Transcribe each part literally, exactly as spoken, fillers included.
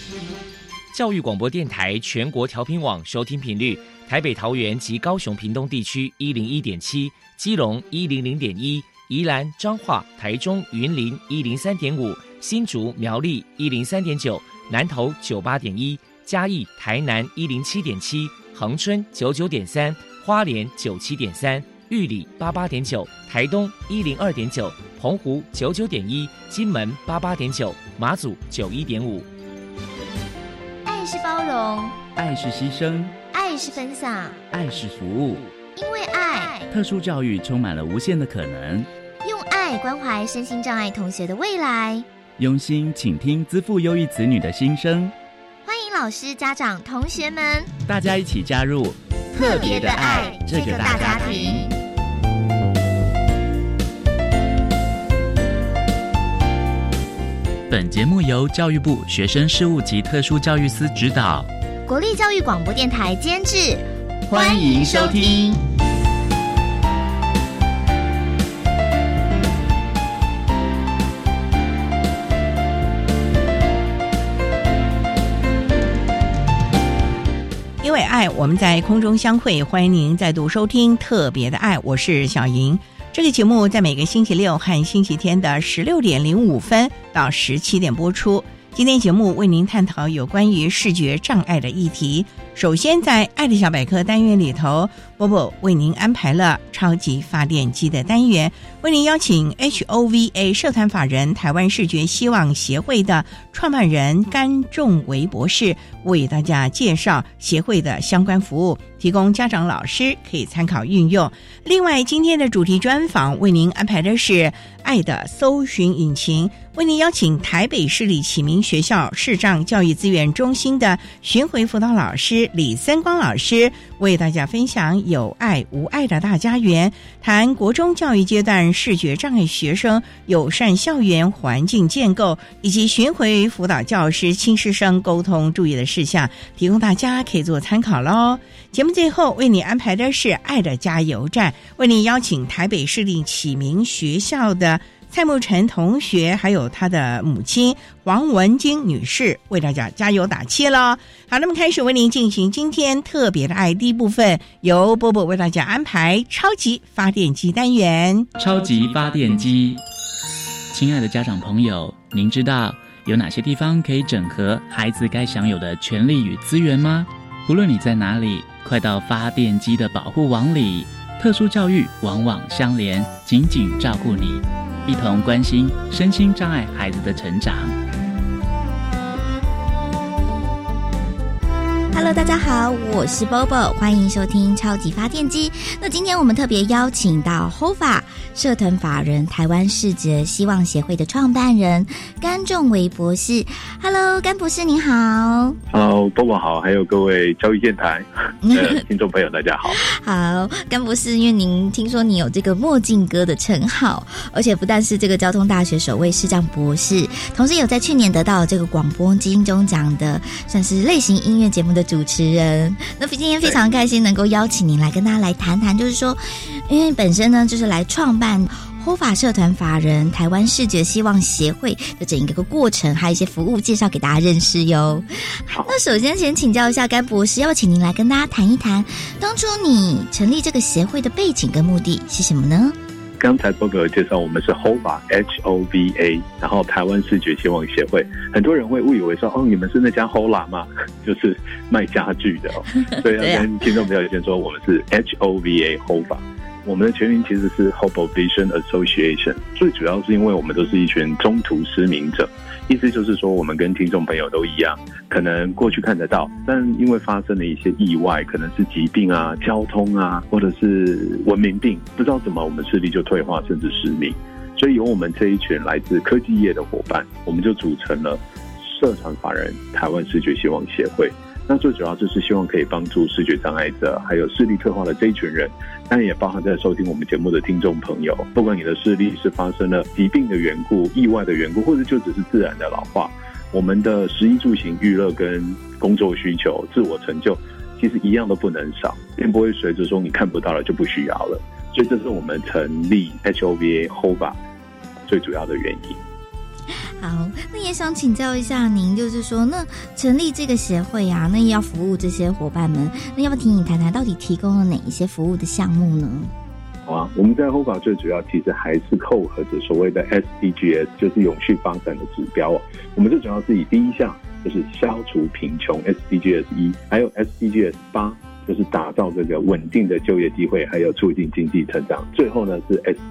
教育广播电台全国调频网收听频率：台北、桃园及高雄屏东地区一零一点七，基隆一零零点一，宜兰、彰化、台中、云林一零三点五，新竹、苗栗一零三点九，南投九八点一，嘉义、台南一零七点七，恒春九九点三，花莲九七点三，玉里八八点九，台东一零二点九，澎湖九九点一，金门八八点九，马祖九一点五。 爱是包容， 爱是牺牲， 爱是分享， 爱是服务。 因为爱， 特殊教育充满了无限的可能。 用爱关怀身心障碍同学的未来， 用心倾听资赋优异子女的心声。 欢迎老师、家长、同学们， 大家一起加入特别的爱这个大家庭。 本节目由教育部学生事务及特殊教育司指导， 国立教育广播电台监制。 欢迎收听。 因为爱，我们在空中相会，欢迎您再度收听特别的爱，我是小莹。这个节目在每个星期六和星期天的十六点零五分到十七点播出。今天节目为您探讨有关于视觉障碍的议题。首先在爱的小百科单元里头，波波为您安排了超级发电机的单元，为您邀请 H O V A 社团法人台湾视觉希望协会的创办人甘仲维博士为大家介绍协会的相关服务，提供家长老师可以参考运用。另外今天的主题专访为您安排的是爱的搜寻引擎，为您邀请台北市立启明学校视障教育资源中心的巡回辅导老师李森光老师为大家分享有爱无爱的大家园，谈国中教育阶段视觉障碍学生友善校园环境建构，以及巡回辅导教师亲师生沟通注意的事项，提供大家可以做参考咯。节目最后为你安排的是爱的加油站，为你邀请台北市立启明学校的蔡慕辰同学还有他的母亲黄文晶女士为大家加油打气了。好，那么开始为您进行今天特别的爱第一部分，由波波为大家安排超级发电机单元。 超级发电机，亲爱的家长朋友，您知道有哪些地方可以整合孩子该享有的权利与资源吗？无论你在哪里，快到发电机的保护网里，特殊教育网网相连，紧紧照顾你，一同关心身心障碍孩子的成长。 Hello， 大家好，我是 Bobo， 欢迎收听超级发电机。那今天我们特别邀请到 H O V A 社团法人台湾视觉希望协会的创办人甘仲维博士。Hello， 甘博士您好。 Hello， Bobo 好，还有各位教育电台的听众朋友大家好。 好，甘博士，因为您听说你有这个墨镜哥的称号，而且不但是这个交通大学首位视障博士，同时也有在去年得到这个广播金钟奖的算是类型音乐节目的主持人。那今天非常开心能够邀请您来跟大家来谈谈，就是说因为本身呢就是来创办H O V A 社团法人台湾视觉希望协会的整一个过程，还有一些服务介绍给大家认识哟。那首先先请教一下甘博士，要不请您来跟大家谈一谈当初你成立这个协会的背景跟目的是什么呢？ 刚才波哥有介绍我们是 H O V A H O V A， 然后台湾视觉希望协会，很多人会误以为说哦你们是那家 H O L A 吗？就是卖家具的哦。所以要跟听众朋友先说我们是 H O V A H O V A。我们的全名其实是 Hobo Vision Association， 最主要是因为我们都是一群中途失明者，意思就是说我们跟听众朋友都一样，可能过去看得到，但因为发生了一些意外，可能是疾病啊、交通啊，或者是文明病，不知道怎么我们视力就退化甚至失明，所以由我们这一群来自科技业的伙伴，我们就组成了社团法人台湾视觉希望协会。那最主要就是希望可以帮助视觉障碍者还有视力退化的这一群人，当然也包含在收听我们节目的听众朋友，不管你的视力是发生了疾病的缘故、意外的缘故，或者就只是自然的老化，我们的食衣住行娱乐跟工作需求、自我成就其实一样都不能少，并不会随着说你看不到了就不需要了，所以这是我们成立 H O V A H O V A 最主要的原因。 好，那也想请教一下您，就是说，那成立这个协会啊，那要服务这些伙伴们，那要不要听你谈谈到底提供了哪一些服务的项目呢？ 好啊，我们在 H O V A 最主要其实还是扣合着所谓的 S D Gs， 就是永续发展的指标哦。我们最主要是以第一项就是消除贫穷 S D Gs 一，还有 S D Gs 八，就是打造这个稳定的就业机会，还有促进经济成长。最后呢是 S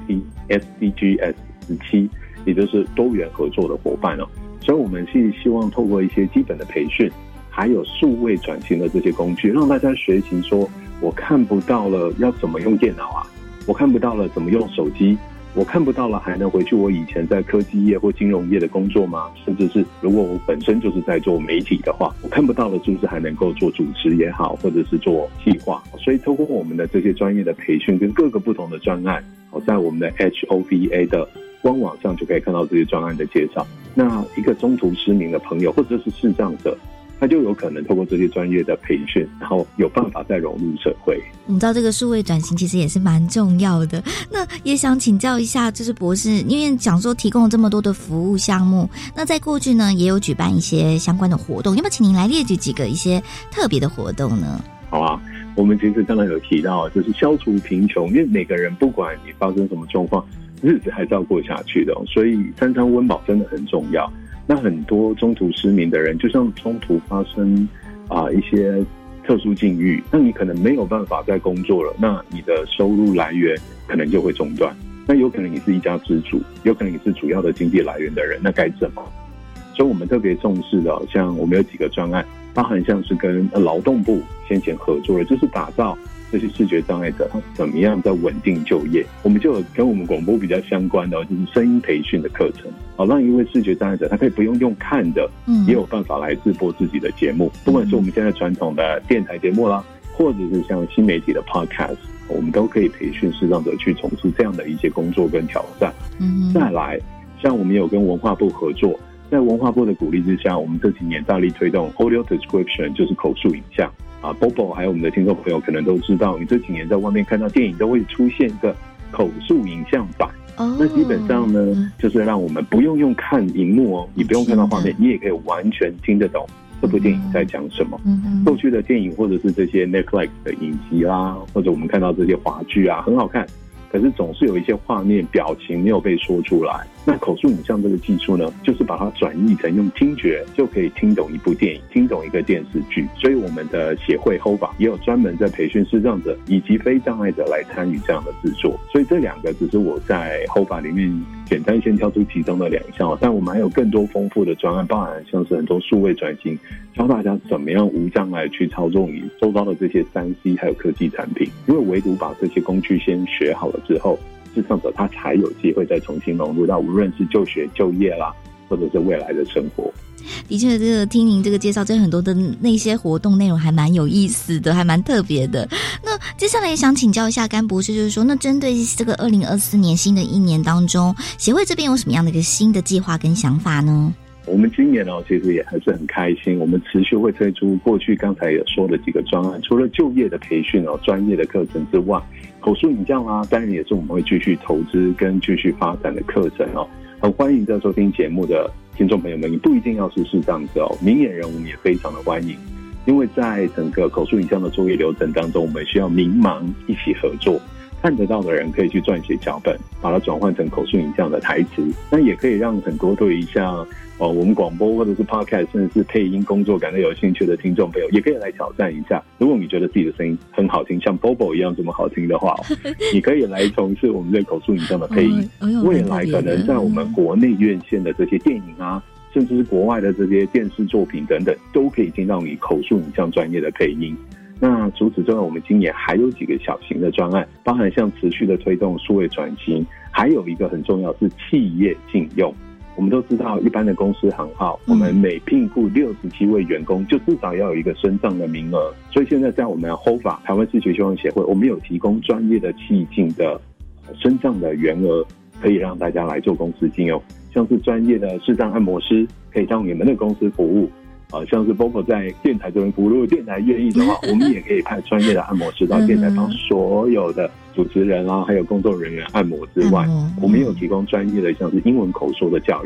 D Gs 十七，也就是多元合作的伙伴哦。所以我们是希望透过一些基本的培训，还有数位转型的这些工具，让大家学习说，我看不到了要怎么用电脑啊，我看不到了怎么用手机，我看不到了还能回去我以前在科技业或金融业的工作吗？甚至是如果我本身就是在做媒体的话，我看不到了是不是还能够做主持也好，或者是做企划？所以透过我们的这些专业的培训跟各个不同的专案，在我们的 H O V A 的官网上就可以看到这些专案的介绍。那一个中途失明的朋友或者是视障者，他就有可能透过这些专业的培训，然后有办法再融入社会。 我们知道这个数位转型其实也是蛮重要的，那也想请教一下，就是博士，因为讲说提供了这么多的服务项目，那在过去呢也有举办一些相关的活动，要不要请您来列举几个一些特别的活动呢？ 好啊，我们其实刚才有提到，就是消除贫穷，因为每个人不管你发生什么状况，日子还是要过下去的，所以三餐温饱真的很重要。那很多中途失明的人，就像中途发生啊、呃、一些特殊境遇，那你可能没有办法再工作了，那你的收入来源可能就会中断。那有可能你是一家之主，有可能你是主要的经济来源的人，那该怎么？所以我们特别重视的，像我们有几个专案，包含像是跟劳动部先前合作的，就是打造这些视觉障碍者他怎么样在稳定就业。我们就有跟我们广播比较相关的，就是声音培训的课程，好让一位视觉障碍者他可以不用用看的，嗯，也有办法来制播自己的节目，不管是我们现在传统的电台节目啦，或者是像新媒体的 podcast， 我们都可以培训视障者去从事这样的一些工作跟挑战。嗯，再来，像我们有跟文化部合作。在文化部的鼓励之下，我们这几年大力推动 audio description， 就是口述影像啊。Bobo 还有我们的听众朋友可能都知道，你这几年在外面看到电影都会出现一个口述影像版。哦，那基本上呢，就是让我们不用用看荧幕哦，你不用看到画面，你也可以完全听得懂这部电影在讲什么。嗯，过去的电影或者是这些 Netflix 的影集啦，或者我们看到这些华剧啊，很好看。可是总是有一些画面表情没有被说出来，那口述影像这个技术呢，就是把它转译成用听觉就可以听懂一部电影，听懂一个电视剧。所以我们的协会 H O V A 也有专门在培训视障者以及非障碍者来参与这样的制作。所以这两个只是我在 H O V A 里面简单先挑出其中的两项，但我们还有更多丰富的专案，包含像是很多数位转型，教大家怎么样无障碍去操纵你周遭的这些 三 C 还有科技产品。因为唯独把这些工具先学好了之后，视障者他才有机会再重新融入到无论是就学就业啦，或者是未来的生活。 的确，这个听您这个介绍，这很多的那些活动内容还蛮有意思的，还蛮特别的。那接下来也想请教一下甘博士，就是说，那针对这个二零二四年新的一年当中，协会这边有什么样的一个新的计划跟想法呢？ 我们今年哦，其实也还是很开心，我们持续会推出过去刚才也说的几个专案，除了就业的培训哦、专业的课程之外，口述影像啊，当然也是我们会继续投资跟继续发展的课程哦。很欢迎在收听节目的听众朋友们，你不一定要是视障者哦，明眼人我们也非常的欢迎，因为在整个口述影像的作业流程当中，我们需要明盲一起合作。看得到的人可以去撰写脚本，把它转换成口述影像的台词，那也可以让很多对于像呃我们广播或者是 podcast 甚至是配音工作感到有兴趣的听众朋友，也可以来挑战一下。如果你觉得自己的声音很好听，像 Bobo 一样这么好听的话，你可以来从事我们的口述影像的配音。未来可能在我们国内院线的这些电影啊，甚至是国外的这些电视作品等等，都可以听到你口述影像专业的配音。那除此之外，我们今年还有几个小型的专案，包含像持续的推动数位转型，还有一个很重要是企业禁用。我们都知道一般的公司行号，我们每聘雇六十七位员工就至少要有一个身障的名额，所以现在在我们 H O V A 台湾视觉希望协会，我们有提供专业的企禁的身障的员额，可以让大家来做公司禁用，像是专业的视障按摩师可以到你们的公司服务。呃，像是 Bobo 在电台这边服务，如果电台愿意的话，我们也可以派专业的按摩师到电台帮所有的主持人啊，还有工作人员按摩之外，我们也有提供专业的像是英文口说的教练，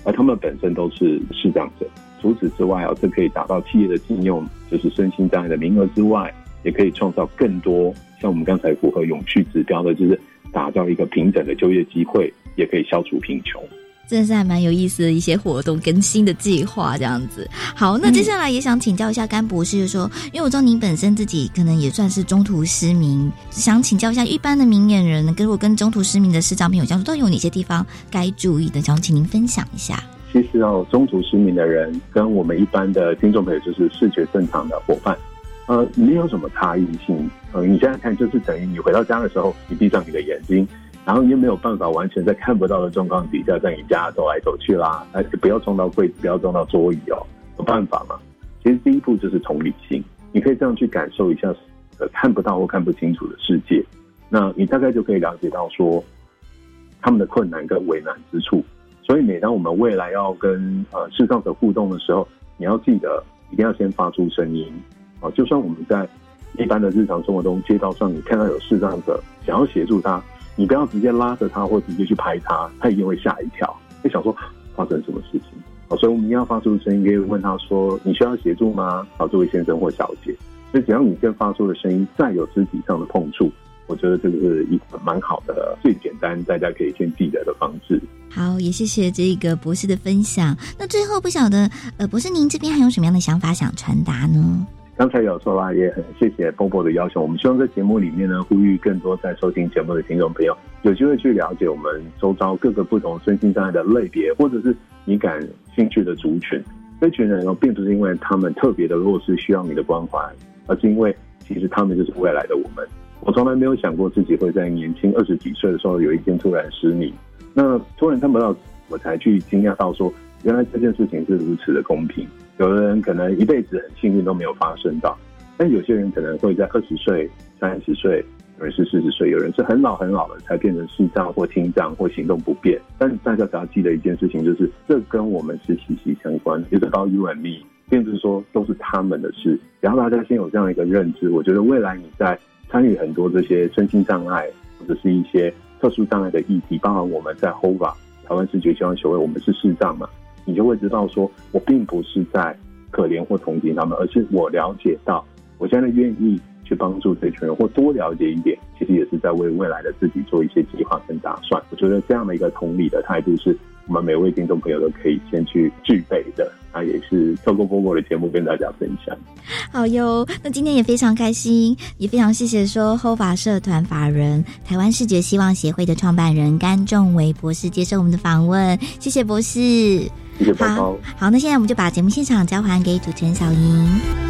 而他们本身都是视障者。除此之外啊，这可以达到企业的禁用就是身心障碍的名额之外，也可以创造更多像我们刚才符合永续指标的，就是打造一个平等的就业机会，也可以消除贫穷。 真的是还蛮有意思的一些活动跟新的计划这样子。好，那接下来也想请教一下甘博士，就是说因为我知道您本身自己可能也算是中途失明，想请教一下一般的明眼人跟如果跟中途失明的视障朋友相处，到底有哪些地方该注意的，想请您分享一下。 其实哦，中途失明的人跟我们一般的听众朋友就是视觉正常的伙伴呃，没有什么差异性。呃，你现在看就是等于你回到家的时候，你闭上你的眼睛，然后你又没有办法完全在看不到的状况底下在你家走来走去啦，而且不要撞到柜子，不要撞到桌椅哦，有办法吗？其实第一步就是同理心，你可以这样去感受一下呃看不到或看不清楚的世界，那你大概就可以了解到说他们的困难跟为难之处。所以每当我们未来要跟呃视障者互动的时候，你要记得一定要先发出声音啊，就算我们在一般的日常生活中，街道上你看到有视障者想要协助他，你不要直接拉着他或直接去拍他，他一定会吓一跳，会想说发生什么事情。好，所以我们一定要发出声音，可以问他说你需要协助吗？好，这位先生或小姐。所以只要你先发出的声音，再有肢体上的碰触，我觉得这个是一个蛮好的、最简单大家可以先记得的方式。 好，也谢谢这个博士的分享。那最后不晓得呃，博士您这边还有什么样的想法想传达呢？ 刚才有说啦，也很谢谢波波的邀请。我们希望在节目里面呢，呼吁更多在收听节目的听众朋友，有机会去了解我们周遭各个不同身心障碍的类别，或者是你感兴趣的族群。这群人呢，并不是因为他们特别的弱势需要你的关怀，而是因为其实他们就是未来的我们。我从来没有想过自己会在年轻二十几岁的时候有一天突然失明，那突然看不到，我才去惊讶到说，原来这件事情是如此的公平。有的人可能一辈子很幸运都没有发生到，但有些人可能会在二十岁、三十岁，有人是四十岁，有人是很老很老了才变成视障或听障或行动不便。但大家只要记得一件事情，就是这跟我们是息息相关，就是about you and me， 并不是说都是他们的事。只要大家先有这样一个认知，我觉得未来你在参与很多这些身心障碍或者是一些特殊障碍的议题，包含我们在 H O V A 台湾视觉希望协会，我们是视障嘛，你就会知道说我并不是在可怜或同情他们，而是我了解到我现在愿意去帮助这群人或多了解一点，其实也是在为未来的自己做一些计划跟打算。我觉得这样的一个同理的态度是我们每位听众朋友都可以先去具备的，那也是透过波波的节目跟大家分享。 好哟，那今天也非常开心，也非常谢谢说 H O V A 社团法人台湾视觉希望协会的创办人甘仲维博士接受我们的访问，谢谢博士。 谢谢波波。 好，好，那现在我们就把节目现场交还给主持人小莹。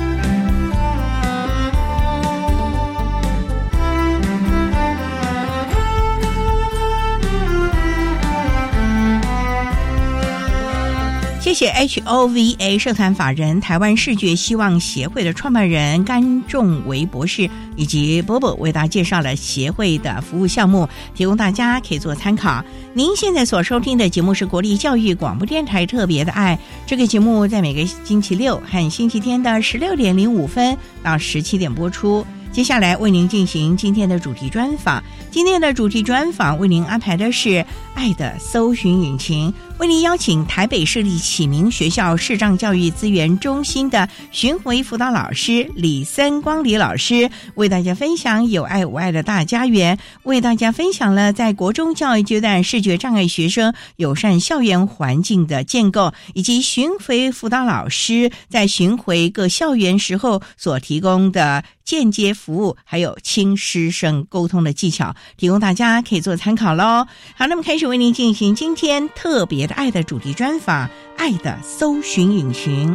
谢谢 H O V A 社团法人台湾视觉希望协会的创办人甘仲维博士以及波波为大家介绍了协会的服务项目，提供大家可以做参考。您现在所收听的节目是国立教育广播电台特别的爱，这个节目在每个星期六和星期天的十六点零五分到十七点播出。接下来为您进行今天的主题专访。今天的主题专访为您安排的是爱的搜寻引擎，为您邀请台北市立启明学校视障教育资源中心的巡回辅导老师李森光李老师，为大家分享有爱无爱的大家园，为大家分享了在国中教育阶段视觉障碍学生友善校园环境的建构，以及巡回辅导老师在巡回各校园时候所提供的间接服务，还有亲师生沟通的技巧，提供大家可以做参考咯。好，那么开始为您进行今天特别的爱的主题专访，爱的搜寻引擎。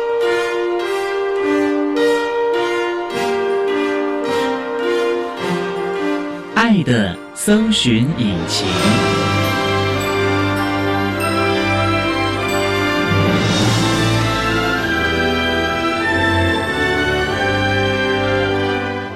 爱的搜寻引擎。 今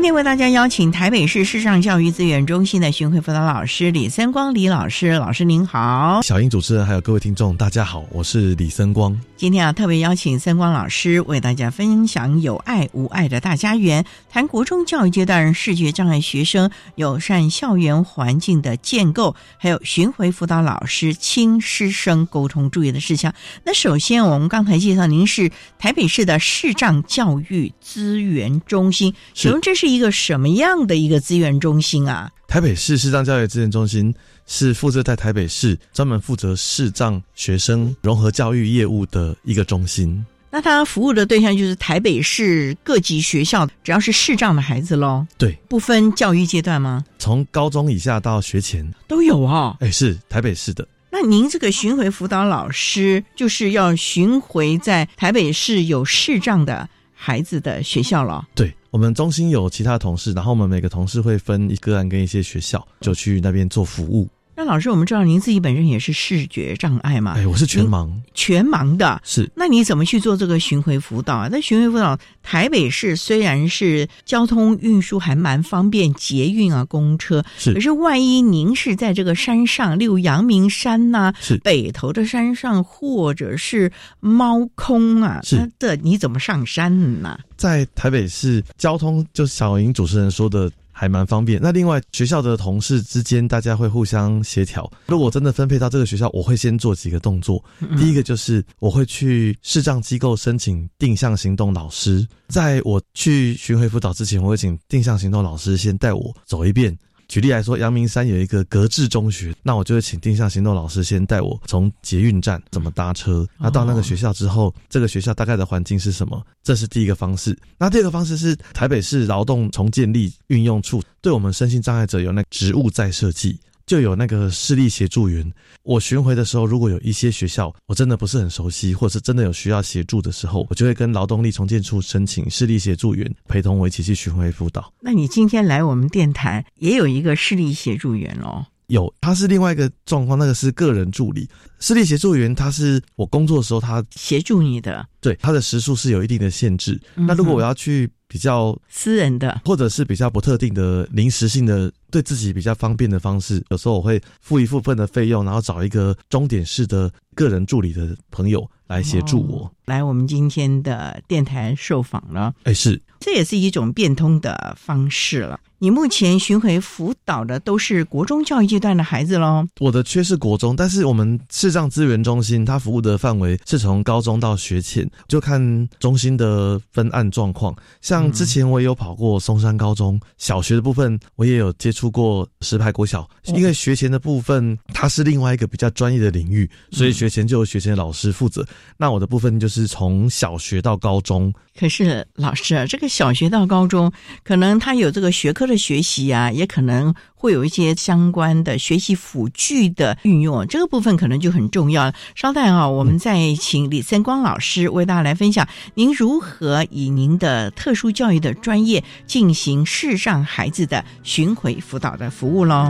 天为大家邀请台北市视障教育资源中心的巡回辅导老师李森光李老师，老师您好。 小英主持人还有各位听众大家好，我是李森光。 今天啊，特别邀请森光老师为大家分享有爱无爱的大家园，谈国中教育阶段视觉障碍学生友善校园环境的建构，还有巡回辅导老师亲师生沟通注意的事项。那首先我们刚才介绍您是台北市的视障教育资源中心，请问这是一个什么样的一个资源中心啊？ 台北市视障教育资源中心是负责在台北市专门负责视障学生融合教育业务的一个中心。 那他服务的对象就是台北市各级学校，只要是视障的孩子咯。 对， 不分教育阶段吗？ 从高中以下到学前都有哦。 哎，是台北市的。 那您这个巡回辅导老师就是要巡回在台北市有视障的孩子的学校了？ 对，我们中心有其他同事，然后我们每个同事会分一个案跟一些学校，就去那边做服务。 那老师，我们知道您自己本身也是视觉障碍嘛？ 哎，我是全盲， 全盲的。 是。 那你怎么去做这个巡回辅导啊？那巡回辅导，台北市虽然是交通运输还蛮方便，捷运啊、公车， 是。 可是万一您是在这个山上，例如阳明山呐、啊， 是北投的山上，或者是猫空啊， 是。 那这你怎么上山呢？ 在台北市交通，就小莹主持人说的，还蛮方便。那另外学校的同事之间大家会互相协调，如果真的分配到这个学校，我会先做几个动作。嗯、第一个就是我会去视障机构申请定向行动老师，在我去巡回辅导之前，我会请定向行动老师先带我走一遍。举例来说，阳明山有一个格致中学，那我就会请定向行动老师先带我从捷运站怎么搭车，那到那个学校之后，这个学校大概的环境是什么，这是第一个方式。那第二个方式是台北市劳动重建力运用处对我们身心障碍者有那个职务再设计，就有那个视力协助员。我巡回的时候，如果有一些学校我真的不是很熟悉，或者是真的有需要协助的时候，我就会跟劳动力重建处申请视力协助员陪同我一起去巡回辅导。 那你今天来我们电台也有一个视力协助员哦？ 有，他是另外一个状况，那个是个人助理。视力协助员他是我工作的时候他协助你的， 对，他的时数是有一定的限制、嗯、那如果我要去比较私人的或者是比较不特定的临时性的对自己比较方便的方式，有时候我会付一部分的费用，然后找一个钟点式的个人助理的朋友来协助我、哦、 来我们今天的电台受访了。 哎，是， 这也是一种变通的方式了。你目前巡回辅导的都是国中教育阶段的孩子咯？ 我的缺是国中，但是我们视障资源中心它服务的范围是从高中到学前，就看中心的分案状况。像之前我也有跑过松山高中、嗯、小学的部分我也有接触过石牌国小，因为学前的部分它是另外一个比较专业的领域，所以学前就有学前的老师负责、嗯、那我的部分就是从小学到高中。 可是老师啊，这个小学到高中可能他有这个学科的学习啊，也可能会有一些相关的学习辅具的运用，这个部分可能就很重要了。稍待啊，我们再请李森光老师为大家来分享您如何以您的特殊教育的专业进行视障孩子的巡回辅导的服务咯。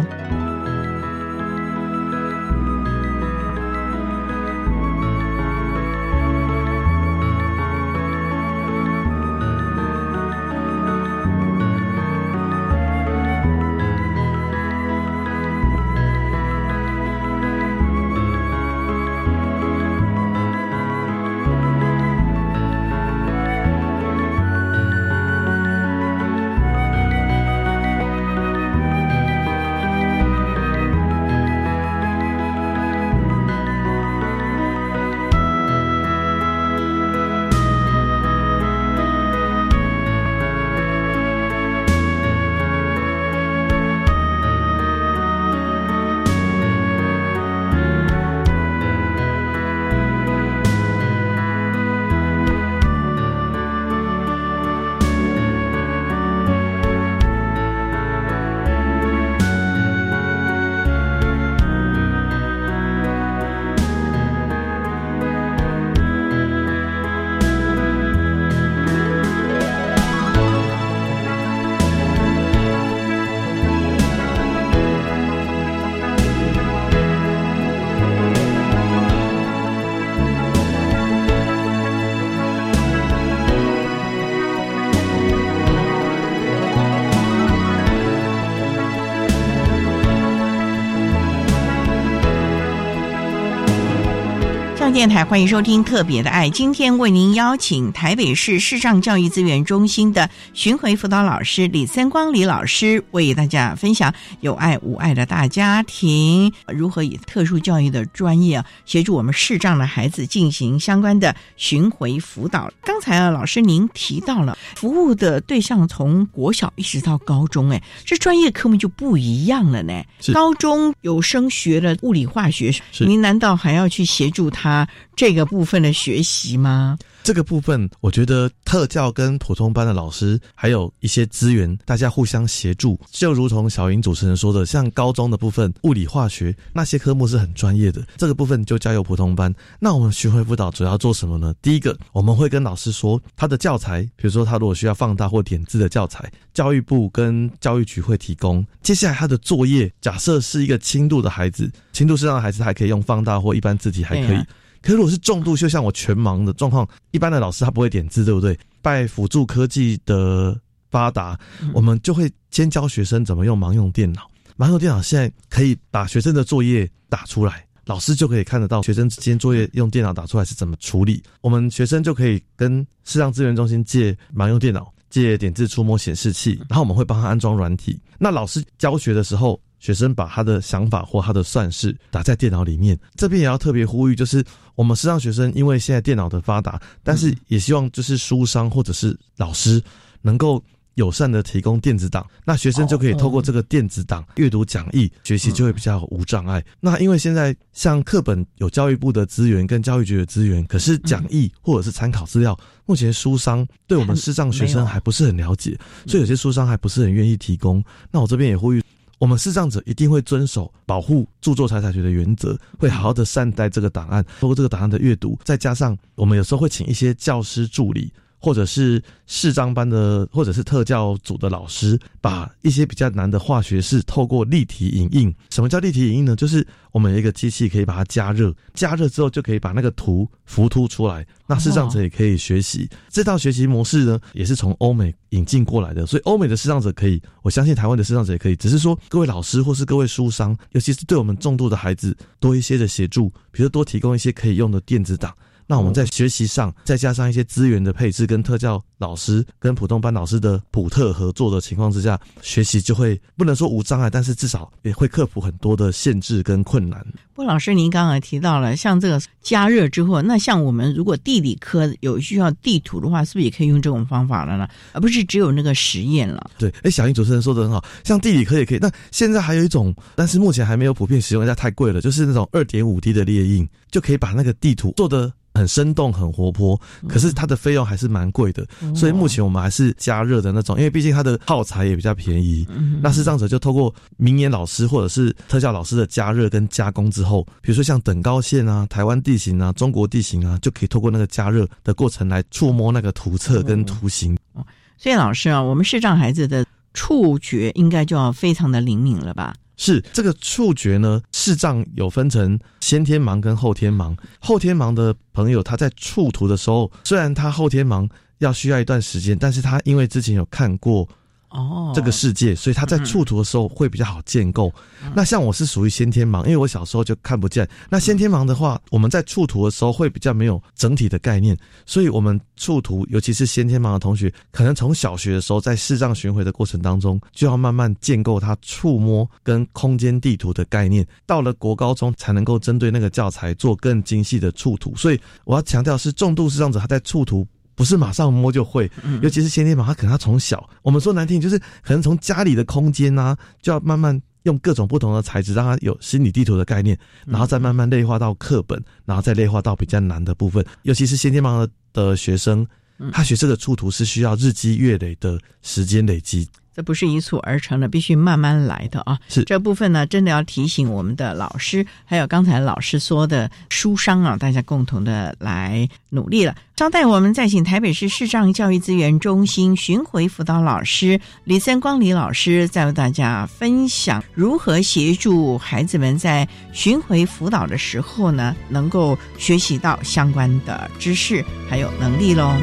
电台，欢迎收听特别的爱。今天为您邀请台北市视障教育资源中心的巡回辅导老师李森光李老师，为大家分享有爱无爱的大家庭如何以特殊教育的专业啊，协助我们视障的孩子进行相关的巡回辅导。刚才啊，老师您提到了服务的对象从国小一直到高中，哎，这专业科目就不一样了呢。高中有升学的物理化学，您难道还要去协助他这个部分的学习吗？ 这个部分我觉得特教跟普通班的老师还有一些资源，大家互相协助，就如同小莹主持人说的，像高中的部分物理化学那些科目是很专业的，这个部分就交由普通班。那我们巡回辅导主要做什么呢？第一个，我们会跟老师说他的教材，比如说他如果需要放大或点字的教材，教育部跟教育局会提供。接下来他的作业，假设是一个轻度的孩子，轻度视障的孩子还可以用放大或一般字体还可以，可是如果是重度，就像我全盲的状况，一般的老师他不会点字，对不对？拜辅助科技的发达，我们就会先教学生怎么用盲用电脑。盲用电脑现在可以把学生的作业打出来，老师就可以看得到学生之间作业用电脑打出来是怎么处理。我们学生就可以跟视障资源中心借盲用电脑，借点字触摸显示器，然后我们会帮他安装软体。那老师教学的时候，学生把他的想法或他的算式打在电脑里面。这边也要特别呼吁，就是我们视障学生因为现在电脑的发达，但是也希望就是书商或者是老师能够友善的提供电子档，那学生就可以透过这个电子档阅读讲义，学习就会比较无障碍。那因为现在像课本有教育部的资源跟教育局的资源，可是讲义或者是参考资料，目前书商对我们视障学生还不是很了解，所以有些书商还不是很愿意提供。那我这边也呼吁，我们视障者一定会遵守保护著作财产权的原则，会好好的善待这个档案，透过这个档案的阅读，再加上我们有时候会请一些教师助理，或者是视障班的，或者是特教组的老师，把一些比较难的化学式透过立体影印。什么叫立体影印呢？就是我们有一个机器可以把它加热，加热之后就可以把那个图浮凸出来，那视障者也可以学习。这套学习模式呢，也是从欧美引进过来的，所以欧美的视障者可以，我相信台湾的视障者也可以，只是说各位老师或是各位书商，尤其是对我们重度的孩子多一些的协助，比如多提供一些可以用的电子档。那我们在学习上再加上一些资源的配置，跟特教老师跟普通班老师的普特合作的情况之下，学习就会不能说无障碍，但是至少也会克服很多的限制跟困难。 不过老师您刚刚提到了像这个加热之后，那像我们如果地理科有需要地图的话，是不是也可以用这种方法了呢？而不是只有那个实验了。 对，哎，小英主持人说的很好，像地理科也可以。那现在还有一种，但是目前还没有普遍使用，人家太贵了，就是那种 二点五 D 的列印，就可以把那个地图做得很生动很活泼，可是它的费用还是蛮贵的，嗯，所以目前我们还是加热的那种，因为毕竟它的耗材也比较便宜，嗯，那视障者就透过明眼老师或者是特教老师的加热跟加工之后，比如说像等高线啊、台湾地形啊、中国地形啊，就可以透过那个加热的过程来触摸那个图册跟图形， 嗯，所以老师啊，我们视障孩子的触觉应该就要非常的灵敏了吧？ 是，这个触觉呢，视障有分成先天盲跟后天盲。后天盲的朋友，他在触图的时候，虽然他后天盲要需要一段时间，但是他因为之前有看过哦这个世界，所以他在触图的时候会比较好建构。嗯，那像我是属于先天盲，因为我小时候就看不见。那先天盲的话，我们在触图的时候会比较没有整体的概念，所以我们触图，尤其是先天盲的同学，可能从小学的时候在视障巡回的过程当中，就要慢慢建构他触摸跟空间地图的概念，到了国高中才能够针对那个教材做更精细的触图。所以我要强调是重度视障者他在触图不是马上摸就会，尤其是先天盲，他可能他从小，我们说难听就是可能从家里的空间啊，就要慢慢用各种不同的材质让他有心理地图的概念，然后再慢慢类化到课本，然后再类化到比较难的部分。尤其是先天盲的学生，他学这个触图是需要日积月累的时间累积， 这不是一蹴而成的，必须慢慢来的啊！ 是这部分呢，真的要提醒我们的老师，还有刚才老师说的书商啊，大家共同的来努力了。稍待，我们再请台北市视障教育资源中心巡回辅导老师李森光李老师，再为大家分享如何协助孩子们在巡回辅导的时候呢，能够学习到相关的知识还有能力咯。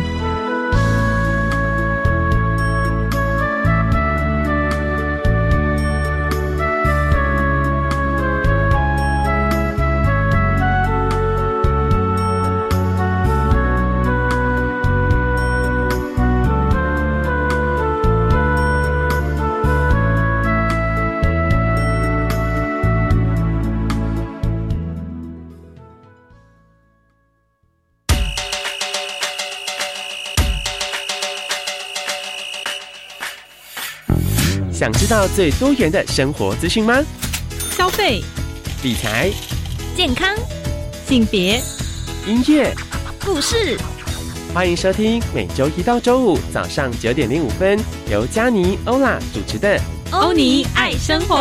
想知道最多元的生活资讯吗？ 消费、 理财、 健康、性别、 音乐、 故事， 欢迎收听每周一到周五早上九点零五分，由嘉妮、欧拉主持的《 欧尼爱生活》。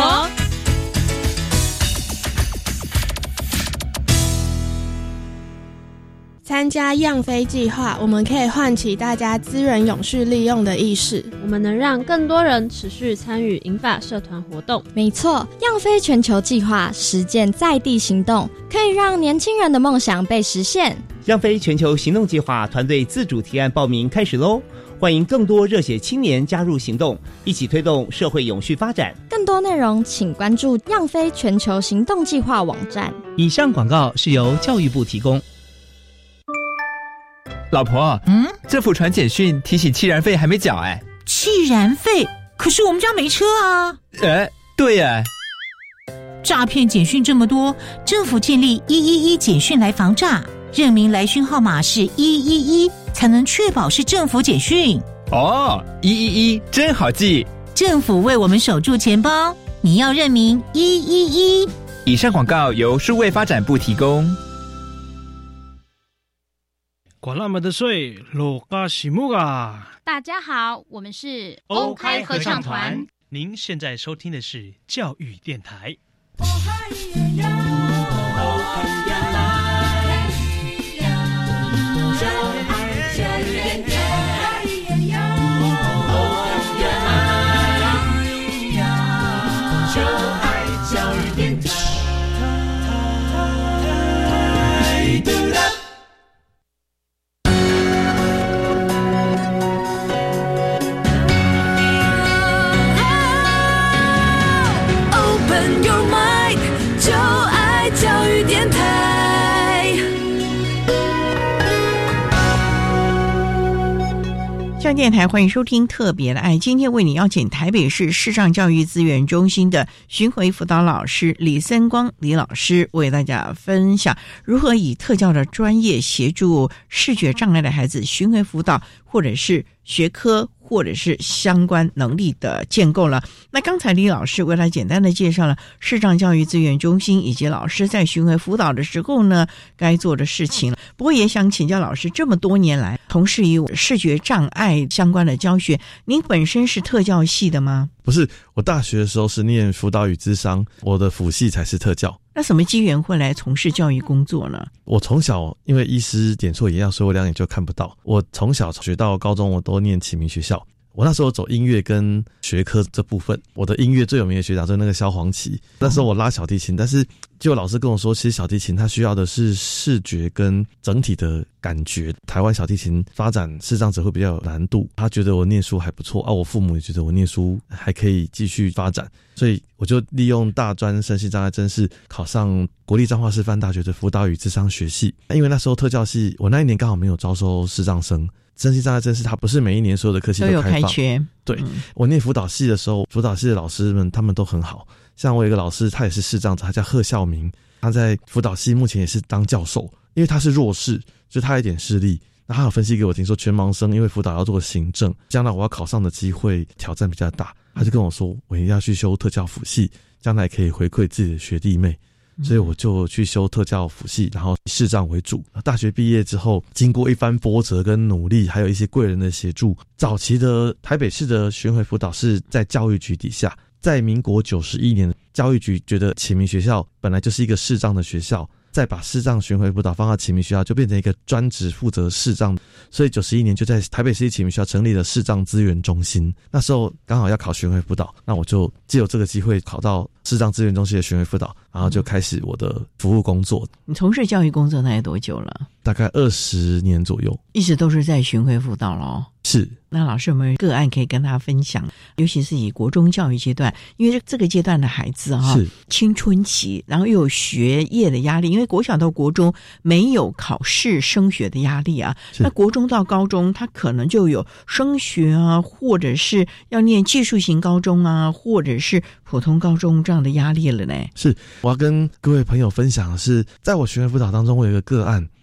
参加样飞计划，我们可以唤起大家资源永续利用的意识， 我们能让更多人持续参与银发社团活动。 没错，样飞全球计划实践在地行动，可以让年轻人的梦想被实现。 样飞全球行动计划团队自主提案报名开始咯，欢迎更多热血青年加入行动，一起推动社会永续发展。 更多内容请关注样飞全球行动计划网站。 以上广告是由教育部提供。 老婆，嗯，政府传简讯提醒汽燃费还没缴哎。 汽燃费？可是我们家没车啊。 哎，对耶。 诈骗简讯这么多，政府建立一一一简讯来防诈，认明来讯号码是一一一，才能确保是政府简讯。 哦，一一一真好记。 政府为我们守住钱包，你要认明一一一。 以上广告由数位发展部提供。 管那么的水，罗嘎西木啊！ 大家好，我们是欧开合唱团。您现在收听的是教育电台。 上电台欢迎收听特别的爱，今天为你邀请台北市视障教育资源中心的巡回辅导老师李森光李老师，为大家分享如何以特教的专业协助视觉障碍的孩子巡回辅导，或者是学科或者是相关能力的建构了。那刚才李老师为他简单的介绍了视障教育资源中心以及老师在巡回辅导的时候呢该做的事情。不过也想请教老师，这么多年来从事于视觉障碍相关的教学，您本身是特教系的吗？ 不是，我大学的时候是念辅导与咨商，我的辅系才是特教。 那什么机缘会来从事教育工作呢？ 我从小因为医师点错眼药，所以我两眼就看不到。我从小学到高中我都念启明学校，我那时候走音乐跟学科这部分，我的音乐最有名的学长就是那个萧煌奇。那时候我拉小提琴，但是就老师跟我说，其实小提琴它需要的是视觉跟整体的感觉。台湾小提琴发展视障者会比较有难度，他觉得我念书还不错啊，我父母也觉得我念书还可以继续发展，所以我就利用大专身心障碍甄试考上国立彰化师范大学的辅导与諮商学系。因为那时候特教系我那一年刚好没有招收视障生，身心障碍甄试它不是每一年所有的科系都开放， 都有开缺。 对、嗯、我念辅导系的时候，辅导系的老师们他们都很好，像我有一个老师他也是视障者，他叫贺孝明，他在辅导系目前也是当教授，因为他是弱视，就他有点视力。那他有分析给我听说，全盲生因为辅导要做行政，将来我要考上的机会挑战比较大，他就跟我说我一定要去修特教辅系，将来可以回馈自己的学弟妹，所以我就去修特教辅系，然后以视障为主。大学毕业之后，经过一番波折跟努力，还有一些贵人的协助，早期的台北市的巡回辅导是在教育局底下。在民国九十一年，教育局觉得启明学校本来就是一个视障的学校，再把视障巡回辅导放到启明学校，就变成一个专职负责视障，所以九十一年就在台北市启明学校成立了视障资源中心。那时候刚好要考巡回辅导，那我就借有这个机会考到视障资源中心的巡回辅导，然后就开始我的服务工作。 你从事教育工作那有多久了？ 大概二十年左右， 一直都是在巡回辅导咯。 是。 那老师有没有个案可以跟大家分享？尤其是以国中教育阶段，因为这个阶段的孩子哈，青春期，然后又有学业的压力，因为国小到国中没有考试升学的压力啊，那国中到高中他可能就有升学啊，或者是要念技术型高中啊，或者是普通高中这样的压力了呢。 是，我要跟各位朋友分享的是，在我巡回辅导当中，我有一个个案，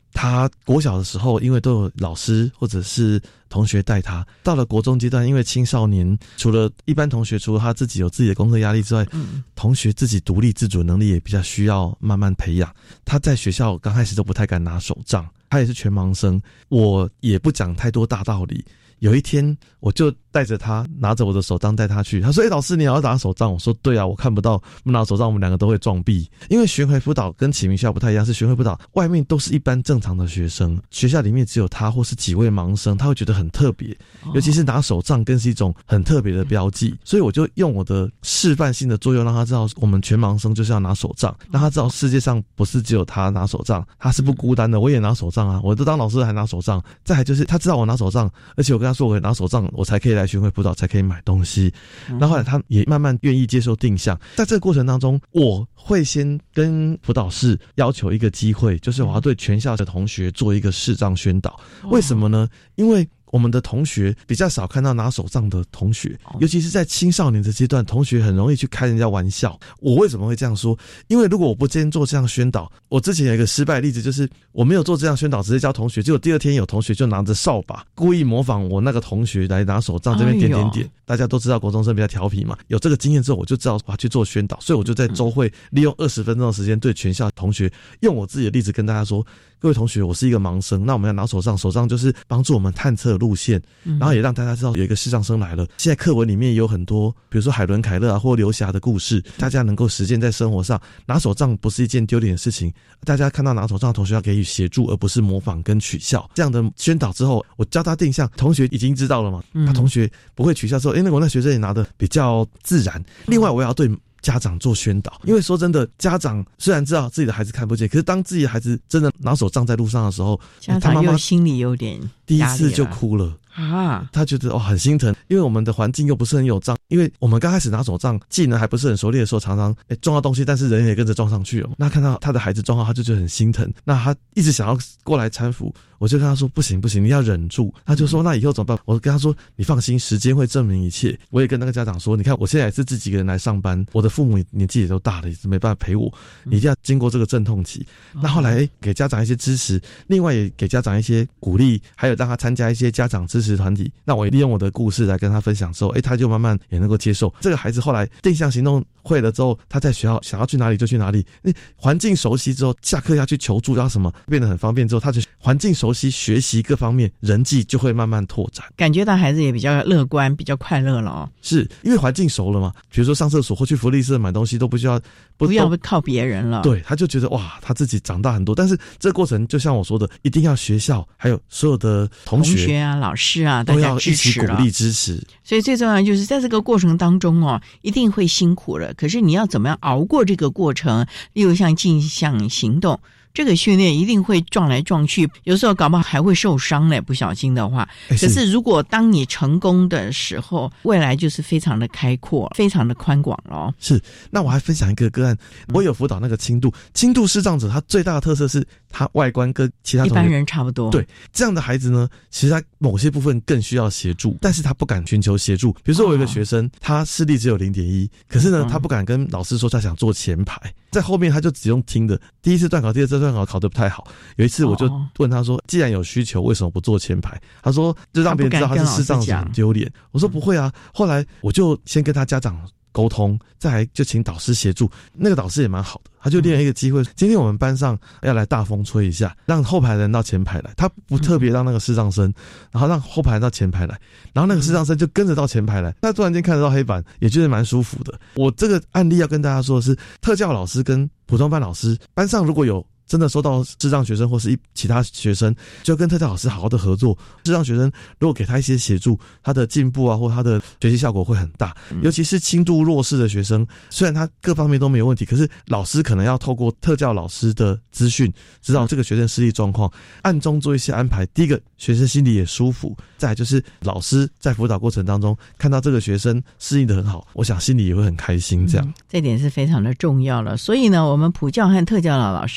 他国小的时候因为都有老师或者是同学带他，到了国中阶段，因为青少年除了一般同学除了他自己有自己的功课压力之外，嗯，同学自己独立自主能力也比较需要慢慢培养。他在学校刚开始都不太敢拿手杖，他也是全盲生，我也不讲太多大道理。有一天我就带着他拿着我的手杖带他去，他说诶、欸、老师你也要拿手杖，我说对啊，我看不到不拿手杖我们两个都会撞壁。因为巡回辅导跟启明学校不太一样，是巡回辅导外面都是一般正常的学生，学校里面只有他或是几位盲生，他会觉得很特别，尤其是拿手杖更是一种很特别的标记，所以我就用我的示范性的作用让他知道我们全盲生就是要拿手杖，让他知道世界上不是只有他拿手杖，他是不孤单的，我也拿手杖啊，我都当老师还拿手杖。再来就是他知道我拿手杖，而且我跟他说我拿手杖我才可以来巡回辅导，才可以买东西。然后后来他也慢慢愿意接受定向。在这个过程当中，我会先跟辅导室要求一个机会，就是我要对全校的同学做一个视障宣导。为什么呢？因为我们的同学比较少看到拿手杖的同学，尤其是在青少年的阶段，同学很容易去开人家玩笑。我为什么会这样说？因为如果我不先做这样宣导，我之前有一个失败的例子，就是我没有做这样宣导，直接教同学，结果第二天有同学就拿着扫把故意模仿我那个同学来拿手杖这边点点点、哎、大家都知道国中生比较调皮嘛，有这个经验之后我就知道我要去做宣导，所以我就在周会利用二十分钟的时间对全校同学用我自己的例子跟大家说，各位同学，我是一个盲生，那我们要拿手杖，手杖就是帮助我们探测路线，然后也让大家知道有一个视障生来了。现在课文里面也有很多比如说海伦凯勒啊或刘霞的故事，大家能够实践在生活上。拿手杖不是一件丢脸的事情，大家看到拿手杖的同学要给予协助，而不是模仿跟取笑。这样的宣导之后，我教他定向，同学已经知道了嘛，他同学不会取笑说诶、欸、那我那学生也拿得比较自然。另外我也要对家长做宣导，因为说真的，家长虽然知道自己的孩子看不见，可是当自己的孩子真的拿手杖在路上的时候， 家长又心里有点第一次就哭了啊，他觉得哦很心疼，因为我们的环境又不是很有障，因为我们刚开始拿手杖技能还不是很熟练的时候，常常诶撞到东西，但是人也跟着撞上去了。那看到他的孩子撞到，他就觉得很心疼，那他一直想要过来搀扶，我就跟他说不行不行，你要忍住。他就说那以后怎么办？我跟他说你放心，时间会证明一切。我也跟那个家长说，你看我现在也是自己一个人来上班，我的父母年纪也都大了，也是没办法陪我，你一定要经过这个阵痛期。那后来给家长一些支持，另外也给家长一些鼓励，还有让他参加一些家长支持团体。那我也利用我的故事来跟他分享之后，诶他就慢慢也能够接受。这个孩子后来定向行动会了之后，他在学校想要去哪里就去哪里，环境熟悉之后，下课要去求助要什么变得很方便之后，他就环境熟悉，学习各方面人际就会慢慢拓展， 感觉到孩子也比较乐观比较快乐了哦。 是因为环境熟了嘛，比如说上厕所或去福利社买东西都不需要不, 不要靠别人了， 对，他就觉得哇他自己长大很多。但是这个过程就像我说的，一定要学校还有所有的同学同学啊老师啊都要一起鼓励支持。 所以最重要就是在这个过程当中哦，一定会辛苦了，可是你要怎么样熬过这个过程，例如像镜像行动这个训练一定会撞来撞去，有时候搞不好还会受伤嘞，不小心的话。可是如果当你成功的时候，未来就是非常的开阔，非常的宽广咯。 是，那我还分享一个个案，我有辅导那个轻度轻度视障者，他最大的特色是他外观跟其他同学一般人差不多。 对，这样的孩子呢，其实他某些部分更需要协助，但是他不敢寻求协助。比如说我有一个学生，哦、他视力只有 零点一， 可是呢、嗯、他不敢跟老师说他想坐前排，在后面他就只用听的，第一次段考第二次段考考得不太好。有一次我就问他说、哦、既然有需求为什么不坐前排？他说就让别人知道他是视障者很丢脸。我说不会啊，后来我就先跟他家长沟通，再来就请导师协助，那个导师也蛮好的，他就利用一个机会、嗯、今天我们班上要来大风吹一下，让后排人到前排来，他不特别让那个视障生、嗯、然后让后排人到前排来，然后那个视障生就跟着到前排来，他突然间看得到黑板，也觉得蛮舒服的。我这个案例要跟大家说的是，特教老师跟普通班老师班上如果有真的收到视障学生或是一其他学生，就跟特教老师好好的合作。视障学生如果给他一些协助，他的进步啊或他的学习效果会很大。嗯、尤其是轻度弱势的学生，虽然他各方面都没有问题，可是老师可能要透过特教老师的资讯，知道这个学生视力状况，暗中做一些安排。第一个，学生心里也舒服；再来就是老师在辅导过程当中看到这个学生适应得很好，我想心里也会很开心。这样、嗯， 这点是非常的重要了。所以呢，我们普教和特教的老师真的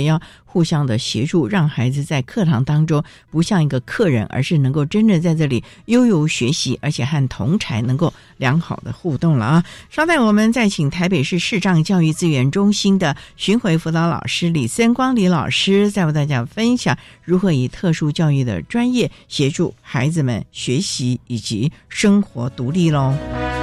了要互相的协助，让孩子在课堂当中不像一个客人，而是能够真正在这里悠游学习，而且和同侪能够良好的互动了啊！稍待我们再请台北市视障教育资源中心的巡回辅导老师李森光李老师，再为大家分享如何以特殊教育的专业协助孩子们学习以及生活独立咯。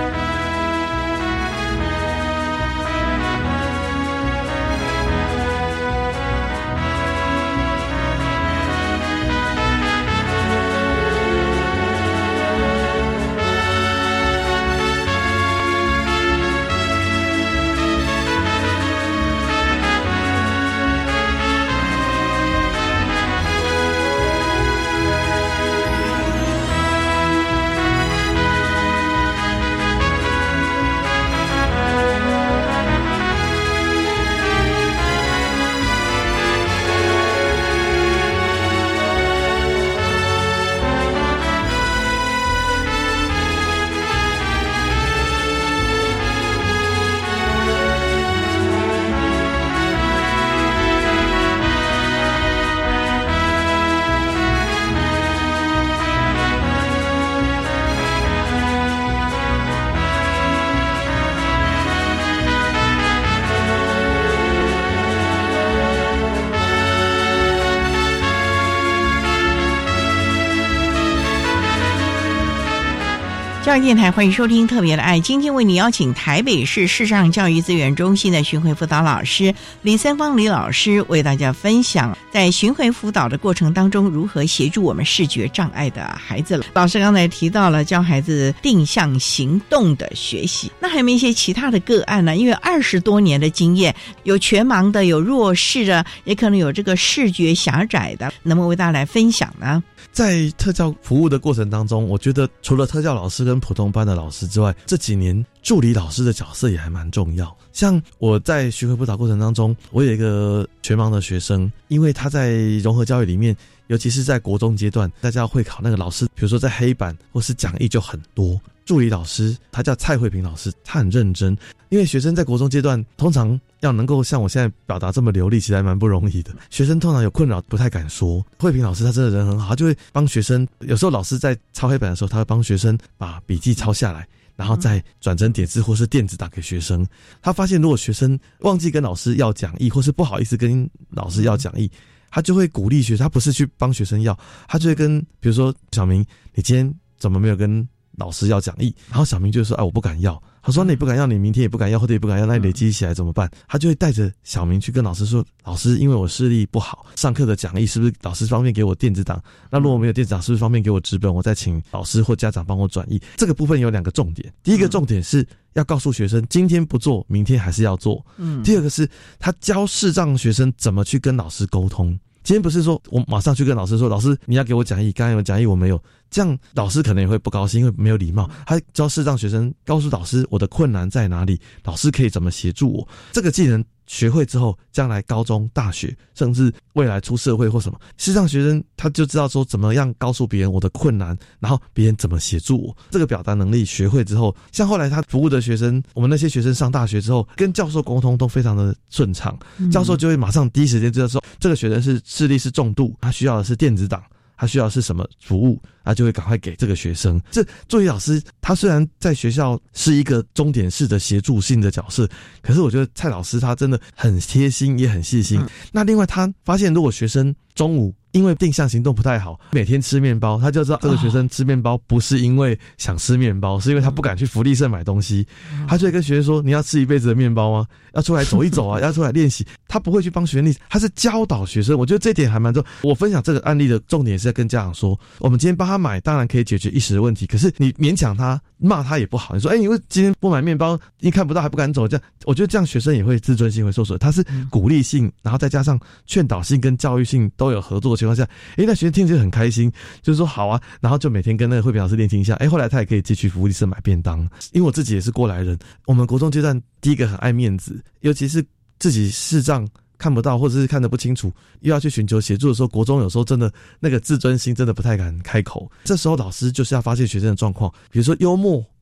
教育电台，欢迎收听特别的爱。今天为你邀请台北市视障教育资源中心的巡回辅导老师李森芳李老师，为大家分享在巡回辅导的过程当中如何协助我们视觉障碍的孩子了。老师刚才提到了教孩子定向行动的学习，那还有没有一些其他的个案呢？因为二十多年的经验，有全盲的，有弱视的，也可能有这个视觉狭窄的，能不能为大家来分享呢？ 在特教服务的过程当中，我觉得除了特教老师跟普通班的老师之外，这几年助理老师的角色也还蛮重要。像我在巡回辅导过程当中，我有一个全盲的学生，因为他在融合教育里面，尤其是在国中阶段，大家会考那个老师，比如说在黑板或是讲义就很多。助理老师他叫蔡慧萍老师，他很认真，因为学生在国中阶段通常要能够像我现在表达这么流利，其实还蛮不容易的。学生通常有困扰不太敢说，慧萍老师他真的人很好，他就会帮学生，有时候老师在抄黑板的时候，他会帮学生把笔记抄下来，然后再转成点字或是电子档给学生。他发现如果学生忘记跟老师要讲义，或是不好意思跟老师要讲义，他就会鼓励学生，他不是去帮学生要，他就会跟比如说小明，你今天怎么没有跟老师要讲义？然后小明就说，哎，我不敢要。他说，那你不敢要，你明天也不敢要，后天也不敢要，那你累积起来怎么办？他就会带着小明去跟老师说，老师，因为我视力不好，上课的讲义是不是老师方便给我电子档？那如果没有电子档，是不是方便给我纸本？我再请老师或家长帮我转译。这个部分有两个重点，第一个重点是要告诉学生，今天不做，明天还是要做。嗯。第二个是他教视障学生怎么去跟老师沟通。今天不是说我马上去跟老师说，老师你要给我讲义，刚才有讲义我没有，这样老师可能也会不高兴，因为没有礼貌。他教视障学生告诉老师我的困难在哪里，老师可以怎么协助我。这个技能学会之后，将来高中、大学，甚至未来出社会或什么，视障学生他就知道说怎么样告诉别人我的困难，然后别人怎么协助我。这个表达能力学会之后，像后来他服务的学生，我们那些学生上大学之后，跟教授沟通都非常的顺畅，教授就会马上第一时间知道说，这个学生是视力是重度，他需要的是电子档，他需要的是什么服务，他就会赶快给这个学生。这助理老师他虽然在学校是一个钟点式的协助性的角色，可是我觉得蔡老师他真的很贴心也很细心。嗯、那另外他发现，如果学生中午因为定向行动不太好，每天吃面包，他就知道这个学生吃面包不是因为想吃面包，是因为他不敢去福利社买东西。他就会跟学生说，你要吃一辈子的面包吗？要出来走一走啊，要出来练习。他不会去帮学生练习，他是教导学生。我觉得这一点还蛮重要。我分享这个案例的重点是在跟家长说，我们今天帮他买当然可以解决一时的问题，可是你勉强他骂他也不好。你说，哎、欸，你为今天不买面包，你看不到还不敢走，这样我觉得这样学生也会自尊心会受损。他是鼓励性，然后再加上劝导性跟教育性都有合作的情况下，哎、欸，那学生听着很开心，就是说好啊，然后就每天跟那个慧萍老师练听一下。哎、欸，后来他也可以继续福利社买便当。因为我自己也是过来人，我们国中阶段第一个很爱面子，尤其是自己视障看不到或者是看得不清楚，又要去寻求协助的时候，国中有时候真的那个自尊心真的不太敢开口。这时候老师就是要发现学生的状况，比如说幽默